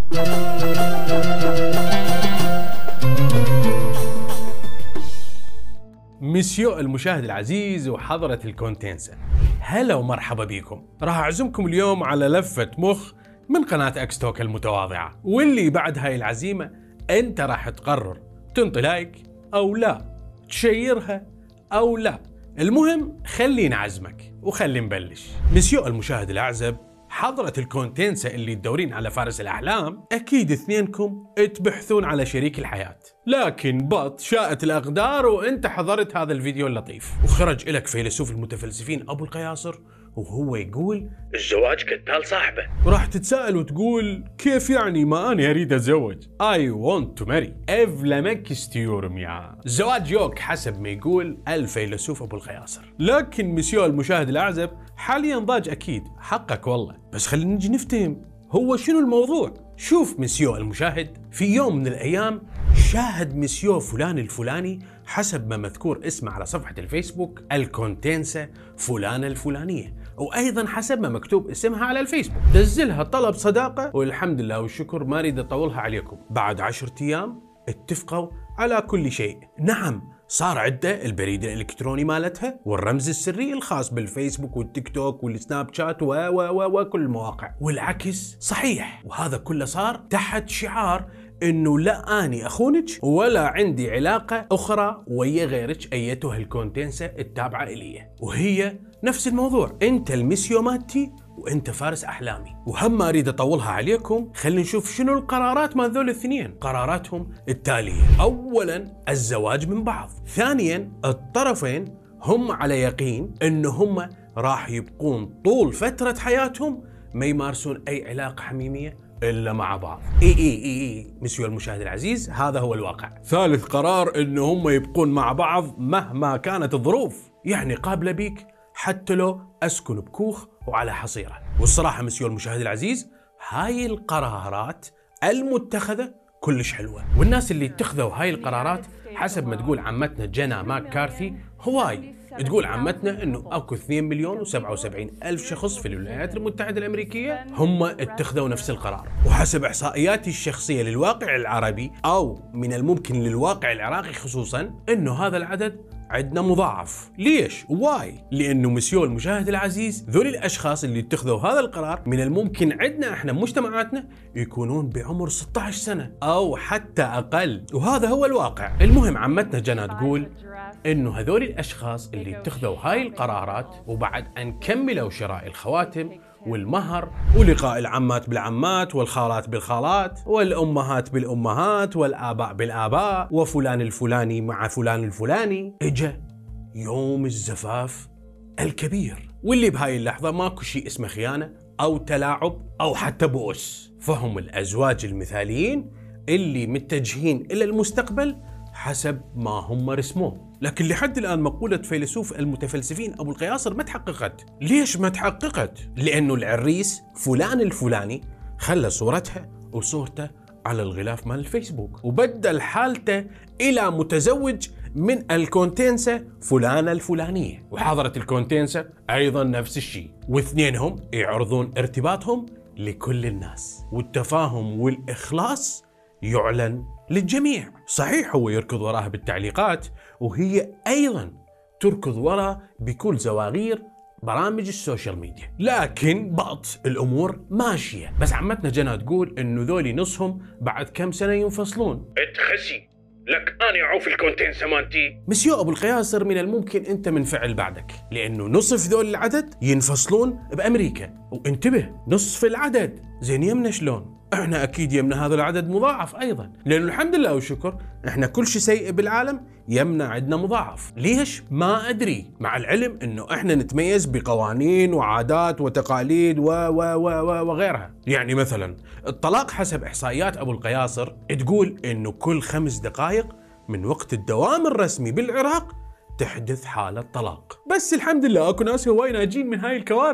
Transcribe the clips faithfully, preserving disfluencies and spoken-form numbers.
مسيو المشاهد العزيز وحضرة الكونتنسة، هلا ومرحبا بكم. راح أعزمكم اليوم على لفة مخ من قناة أكستوك المتواضعة، واللي بعد هاي العزيمة أنت راح تقرر تنطي لايك أو لا، تشيرها أو لا. المهم خلينا عزمك وخلي نبلش. مسيو المشاهد الأعزب، حضرة الكونتنسة اللي تدورين على فارس الأحلام، أكيد اثنينكم تبحثون على شريك الحياة، لكن بط شاءت الأقدار وأنت حضرت هذا الفيديو اللطيف وخرج لك فيلسوف المتفلسفين أبو القياصر وهو يقول الزواج كالتال صاحبه، وراح تتساءل وتقول كيف يعني ما أنا أريد أتزوج؟ I want to marry. أفلمك استيورم يا الزواج يوك حسب ما يقول الفيلسوف أبو القياصر. لكن مسيو المشاهد الأعزب حاليا ضاج أكيد، حقك والله، بس خلينا نجي نفتهم هو شنو الموضوع. شوف مسيو المشاهد، في يوم من الأيام شاهد مسيو فلان الفلاني حسب ما مذكور اسمه على صفحة الفيسبوك الكونتنسة فلانة الفلانية، وأيضا حسب ما مكتوب اسمها على الفيسبوك، دزلها طلب صداقة، والحمد لله والشكر ما أريد أطولها عليكم. بعد عشرة أيام اتفقوا على كل شيء. نعم، صار عنده البريد الالكتروني مالتها والرمز السري الخاص بالفيسبوك والتيك توك والسناب شات و و و وكل المواقع، والعكس صحيح، وهذا كله صار تحت شعار انه لا اني اخونك ولا عندي علاقه اخرى ويا غيرك ايتها الكونتنسه التابعه الي، وهي نفس الموضوع، انت المسيو مالتي وانت فارس احلامي. وهم ما اريد اطولها عليكم، خلينا نشوف شنو القرارات مال ذول الاثنين. قراراتهم التاليه: اولا الزواج من بعض، ثانيا الطرفين هم على يقين انه هم راح يبقون طول فتره حياتهم ما يمارسون اي علاقه حميميه الا مع بعض. اي اي اي اي مسيو المشاهد العزيز، هذا هو الواقع. ثالث قرار انه هم يبقون مع بعض مهما كانت الظروف، يعني قابله بيك حتى لو اسكن بكوخ وعلى حصيره. والصراحه مسيو المشاهد العزيز، هاي القرارات المتخذه كلش حلوه، والناس اللي اتخذوا هاي القرارات حسب ما تقول عمتنا جينا ماك كارثي هواي. تقول عمتنا انه اكو اثنين مليون وسبعة وسبعين الف شخص في الولايات المتحده الامريكيه هم اتخذوا نفس القرار، وحسب احصائياتي الشخصيه للواقع العربي او من الممكن للواقع العراقي خصوصا انه هذا العدد عندنا مضاعف. ليش؟ واي؟ لانه مسيو المشاهد العزيز، ذول الاشخاص اللي اتخذوا هذا القرار من الممكن عندنا احنا مجتمعاتنا يكونون بعمر ستة عشر سنه او حتى اقل، وهذا هو الواقع. المهم عمتنا جنى تقول انه هذول الاشخاص اللي اتخذوا هاي القرارات وبعد ان كملوا شراء الخواتم والمهر ولقاء العمات بالعمات والخالات بالخالات والامهات بالامهات والاباء بالاباء وفلان الفلاني مع فلان الفلاني، اجا يوم الزفاف الكبير، واللي بهاي اللحظه ماكو شيء اسمه خيانه او تلاعب او حتى بؤس، فهم الازواج المثاليين اللي متجهين الى المستقبل حسب ما هم رسموه. لكن لحد الآن مقولة فيلسوف المتفلسفين أبو القياصر ما تحققت. ليش ما تحققت؟ لأنه العريس فلان الفلاني خلى صورتها وصورته على الغلاف مال الفيسبوك، وبدل حالته إلى متزوج من الكونتنسة فلانة الفلانية، وحضرة الكونتنسة أيضا نفس الشيء، واثنينهم يعرضون ارتباطهم لكل الناس، والتفاهم والإخلاص يعلن للجميع. صحيح هو يركض وراها بالتعليقات، وهي أيضا تركض وراه بكل زواغير برامج السوشيال ميديا، لكن بط الأمور ماشية. بس عمتنا جنى تقول إنه ذولي نصهم بعد كم سنة ينفصلون. اتخسي لك أنا أعوف الكونتنسة مالتي. مسيو أبو القياصر من الممكن أنت منفعل بعدك، لأنه نصف ذول العدد ينفصلون بأمريكا، وانتبه نصف العدد زين يمنا شلون؟ احنا اكيد يمنا هذا العدد مضاعف ايضا، لانه الحمد لله والشكر احنا كل شيء سيء بالعالم يمنا عندنا مضاعف. ليش؟ ما ادري، مع العلم انه احنا نتميز بقوانين وعادات وتقاليد و و و و وغيرها. يعني مثلا الطلاق حسب احصائيات ابو القياصر تقول انه كل خمس دقائق من وقت الدوام الرسمي بالعراق تحدث حالة طلاق. بس الحمد لله اكو ناس هواي ناجين من هاي الكوارث.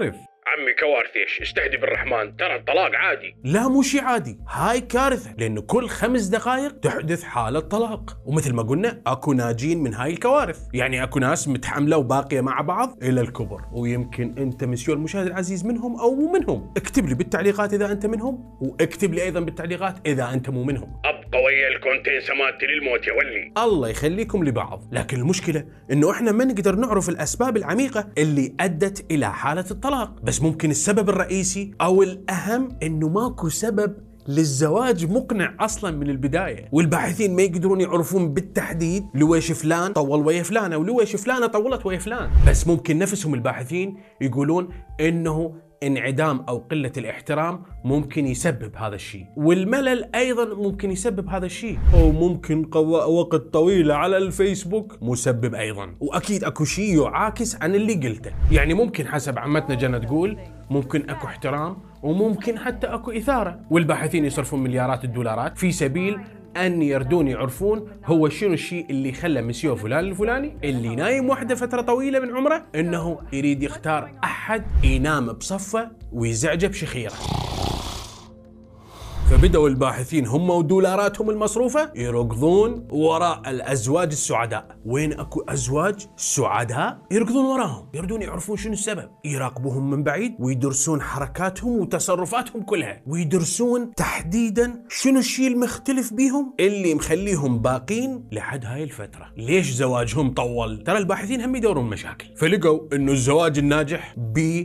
عمي كوارثيش، استهدي بالرحمن، ترى الطلاق عادي. لا مو شيء عادي، هاي كارثة، لأنه كل خمس دقائق تحدث حالة طلاق، ومثل ما قلنا أكو ناجين من هاي الكوارث، يعني أكو ناس متحملة وباقية مع بعض إلى الكبر، ويمكن أنت مسيو المشاهد العزيز منهم أو مو منهم. اكتب لي بالتعليقات إذا أنت منهم، واكتب لي أيضا بالتعليقات إذا أنت مو منهم. أبقى ويا الكونتنس مالتي للموت يا ولي. الله يخليكم لبعض، لكن المشكلة إنه إحنا ما نقدر نعرف الأسباب العميقة اللي أدت إلى حالة الطلاق، بس ممكن السبب الرئيسي أو الأهم إنه ماكو سبب للزواج مقنع أصلا من البداية، والباحثين ما يقدرون يعرفون بالتحديد لويش فلان طول ويا فلانة ولويش فلانة طولت ويا فلان، بس ممكن نفسهم الباحثين يقولون إنه انعدام أو قلة الاحترام ممكن يسبب هذا الشيء، والملل أيضا ممكن يسبب هذا الشيء، أو ممكن قضاء وقت طويل على الفيسبوك مسبب أيضا، وأكيد أكو شيء يعاكس عن اللي قلته، يعني ممكن حسب عمتنا جنى تقول ممكن أكو احترام وممكن حتى أكو إثارة، والباحثين يصرفون مليارات الدولارات في سبيل أن يردون يعرفون هو شنو الشيء اللي خلى مسيو فلان الفلاني اللي نايم وحده فترة طويلة من عمره إنه يريد يختار أحد ينام بصفه ويزعجه بشخيره. فبدأوا الباحثين هم ودولاراتهم المصروفة يركضون وراء الأزواج السعداء. وين أكو أزواج سعداء يركضون وراهم، يردون يعرفون شنو السبب، يراقبوهم من بعيد ويدرسون حركاتهم وتصرفاتهم كلها، ويدرسون تحديدا شنو الشيء المختلف بيهم اللي مخليهم باقين لحد هاي الفترة، ليش زواجهم طول. ترى الباحثين هم يدورون مشاكل، فلقوا إنه الزواج الناجح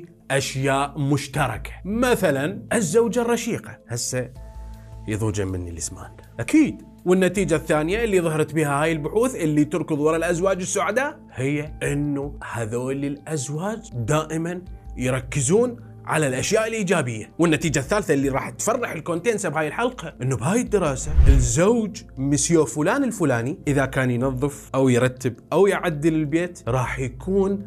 بأشياء مشتركة، مثلا الزوجة الرشيقة، هسه يضوجن مني الاسمان اكيد. والنتيجة الثانية اللي ظهرت بها هاي البحوث اللي تركض وراء الازواج السعداء هي انه هذول الازواج دائما يركزون على الاشياء الايجابية. والنتيجة الثالثة اللي راح تفرح الكونتنسة بهاي الحلقة انه بهاي الدراسة الزوج مسيو فلان الفلاني اذا كان ينظف او يرتب او يعدل البيت راح يكون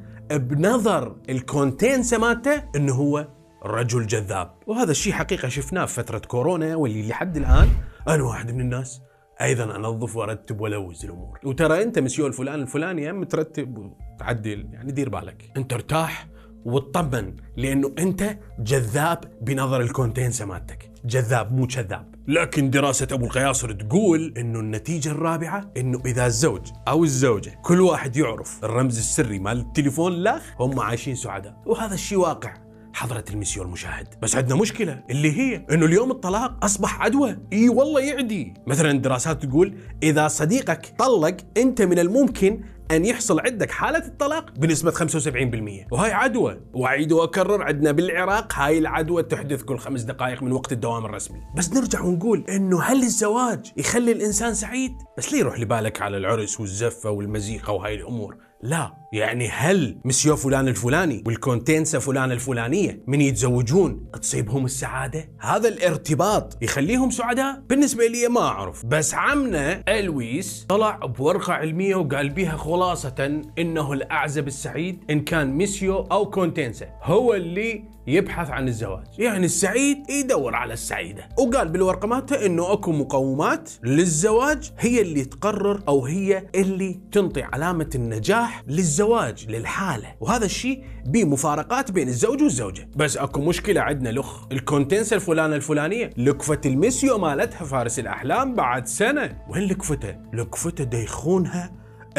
بنظر الكونتنسة مالته انه هو رجل جذاب. وهذا الشيء حقيقة شفناه في فترة كورونا، واللي لحد الآن أنا واحد من الناس أيضا أنظف وأرتب وألوز الأمور. وترى أنت مسيو الفلان الفلاني هم ترتب وتعدل، يعني دير بالك أنت ارتاح وتطمن، لأنه أنت جذاب بنظر الكونتنسة مالتك، جذاب مو كذاب. لكن دراسة أبو القياصر تقول إنه النتيجة الرابعة إنه إذا الزوج أو الزوجة كل واحد يعرف الرمز السري مال التليفون لاخ هم عايشين سعداء. وهذا الشيء واقع حضرة المسيو المشاهد، بس عندنا مشكلة اللي هي انه اليوم الطلاق اصبح عدوى. اي والله يعدي. مثلا الدراسات تقول اذا صديقك طلق انت من الممكن ان يحصل عندك حالة الطلاق بنسبة خمسة وسبعين بالمئة، وهاي عدوى. واعيد واكرر عندنا بالعراق هاي العدوى تحدث كل خمس دقائق من وقت الدوام الرسمي. بس نرجع ونقول انه هل الزواج يخلي الانسان سعيد؟ بس ليه يروح لبالك على العرس والزفة والمزيقة وهاي الامور؟ لا، يعني هل مسيو فلان الفلاني والكونتنسة فلان الفلانية من يتزوجون تصيبهم السعادة؟ هذا الارتباط يخليهم سعداء؟ بالنسبة لي ما أعرف. بس عمنا ألويس طلع بورقة علمية وقال بيها خلاصة إنه الأعزب السعيد إن كان مسيو أو كونتنسة هو اللي يبحث عن الزواج، يعني السعيد يدور على السعيدة. وقال بالورقة مالته إنه أكو مقومات للزواج هي اللي تقرر أو هي اللي تنطي علامة النجاح للزواج للحالة، وهذا الشيء بمفارقات بين الزوج والزوجة. بس أكو مشكلة عندنا لخ، الكونتنسة الفلانة الفلانية لكفة المسيو مالتها فارس الأحلام بعد سنة. وين لكفته؟ لكفته ديخونها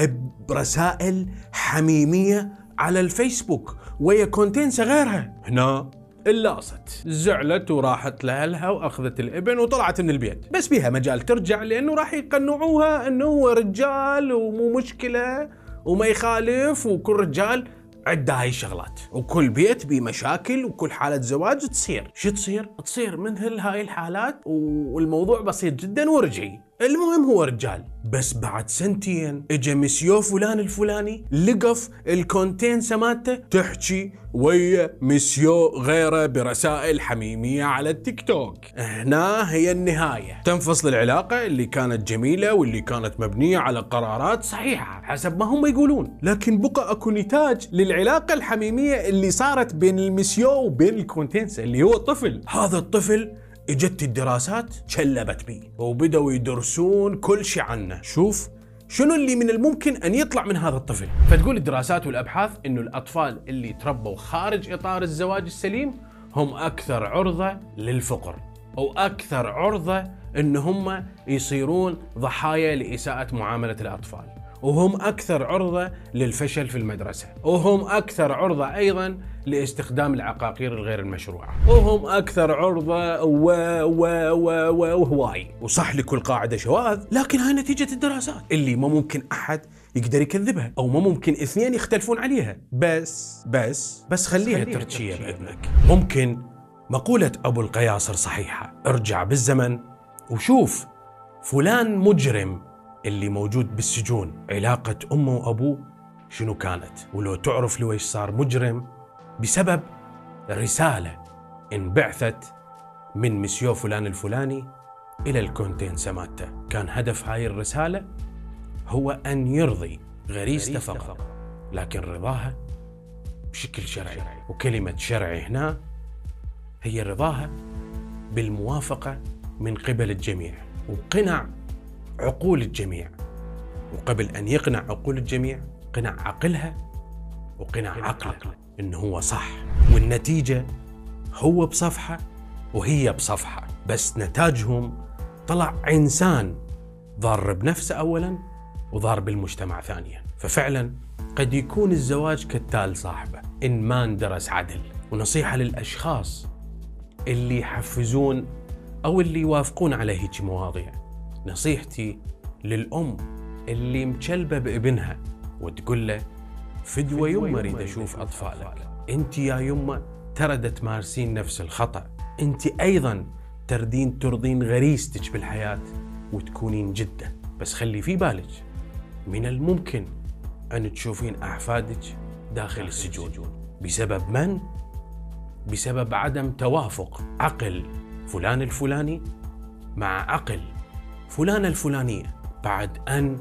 برسائل حميمية على الفيسبوك ويا كونتنسة غيرها. هنا اللاصت زعلت وراحت لأهلها واخذت الابن وطلعت من البيت، بس بيها مجال ترجع لانه راح يقنعوها انه هو رجال ومو مشكلة وما يخالف، وكل رجال عنده هاي الشغلات، وكل بيت بمشاكل، وكل حالة زواج تصير شو تصير؟ تصير مثل هاي الحالات، والموضوع بسيط جدا ورجعي. المهم هو رجال. بس بعد سنتين اجى مسيو فلان الفلاني لقف الكونتنسة مالته تحكي ويا مسيو غيره برسائل حميمية على التيك توك. هنا هي النهاية، تنفصل العلاقة اللي كانت جميلة واللي كانت مبنية على قرارات صحيحة حسب ما هم يقولون، لكن بقى اكو نتاج للعلاقة الحميمية اللي صارت بين المسيو وبين الكونتنسة اللي هو الطفل. هذا الطفل اجت الدراسات شلبت بيه وبدأوا يدرسون كل شيء عنه. شوف شنو اللي من الممكن أن يطلع من هذا الطفل؟ فتقول الدراسات والأبحاث إنه الأطفال اللي تربوا خارج إطار الزواج السليم هم أكثر عرضة للفقر، أو أكثر عرضة إن هم يصيرون ضحايا لإساءة معاملة الأطفال، وهم أكثر عرضة للفشل في المدرسة، وهم أكثر عرضة أيضا لاستخدام العقاقير الغير المشروعة، وهم أكثر عرضة و و و و وهواي. وصح لكل قاعدة شواذ، لكن هاي نتيجة الدراسات اللي ما ممكن أحد يقدر يكذبها، أو ما ممكن اثنين يختلفون عليها. بس بس بس خليها ترتشية بإذنك. ممكن مقولة أبو القياصر صحيحة، ارجع بالزمن وشوف فلان مجرم اللي موجود بالسجون علاقة أمه وأبوه شنو كانت، ولو تعرف لويش صار مجرم بسبب رسالة انبعثت من مسيو فلان الفلاني إلى الكونتينسا مالته. كان هدف هاي الرسالة هو أن يرضي غريزته فقط، لكن رضاها بشكل شرعي. وكلمة شرعي هنا هي رضاها بالموافقة من قبل الجميع وقنع عقول الجميع، وقبل أن يقنع عقول الجميع قنع عقلها وقنع عقله إنه هو صح، والنتيجة هو بصفحة وهي بصفحة، بس نتاجهم طلع إنسان ضار بنفسه أولاً وضار بالمجتمع ثانياً. ففعلاً قد يكون الزواج كالتال صاحبه إن ما اندرس عدل. ونصيحة للأشخاص اللي يحفزون أو اللي يوافقون على هيك مواضيع، نصيحتي للأم اللي مكلبة بابنها وتقول له فدوة يمه اريد اشوف اطفالك، انت يا يمه ترى تمارسين نفس الخطأ، انت ايضا تردين ترضين غريزتك بالحياة وتكونين جدة، بس خلي في بالك من الممكن ان تشوفين احفادك داخل السجون. بسبب من؟ بسبب عدم توافق عقل فلان الفلاني مع عقل فلانة الفلانية، بعد أن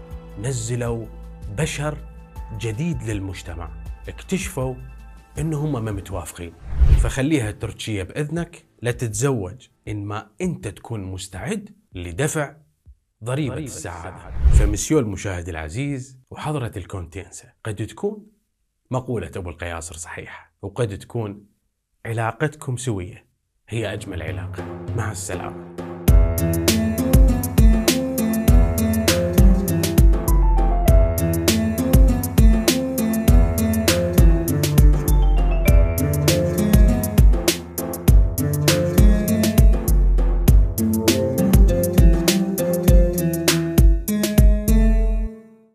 نزلوا بشر جديد للمجتمع اكتشفوا إنهم ما متوافقين. فخليها ترتشية بإذنك لا تتزوج إن ما أنت تكون مستعد لدفع ضريبة السعادة. فمسيو المشاهد العزيز وحضرة الكونتينسا، قد تكون مقولة أبو القياصر صحيحة، وقد تكون علاقتكم سوية هي أجمل علاقة. مع السلامة.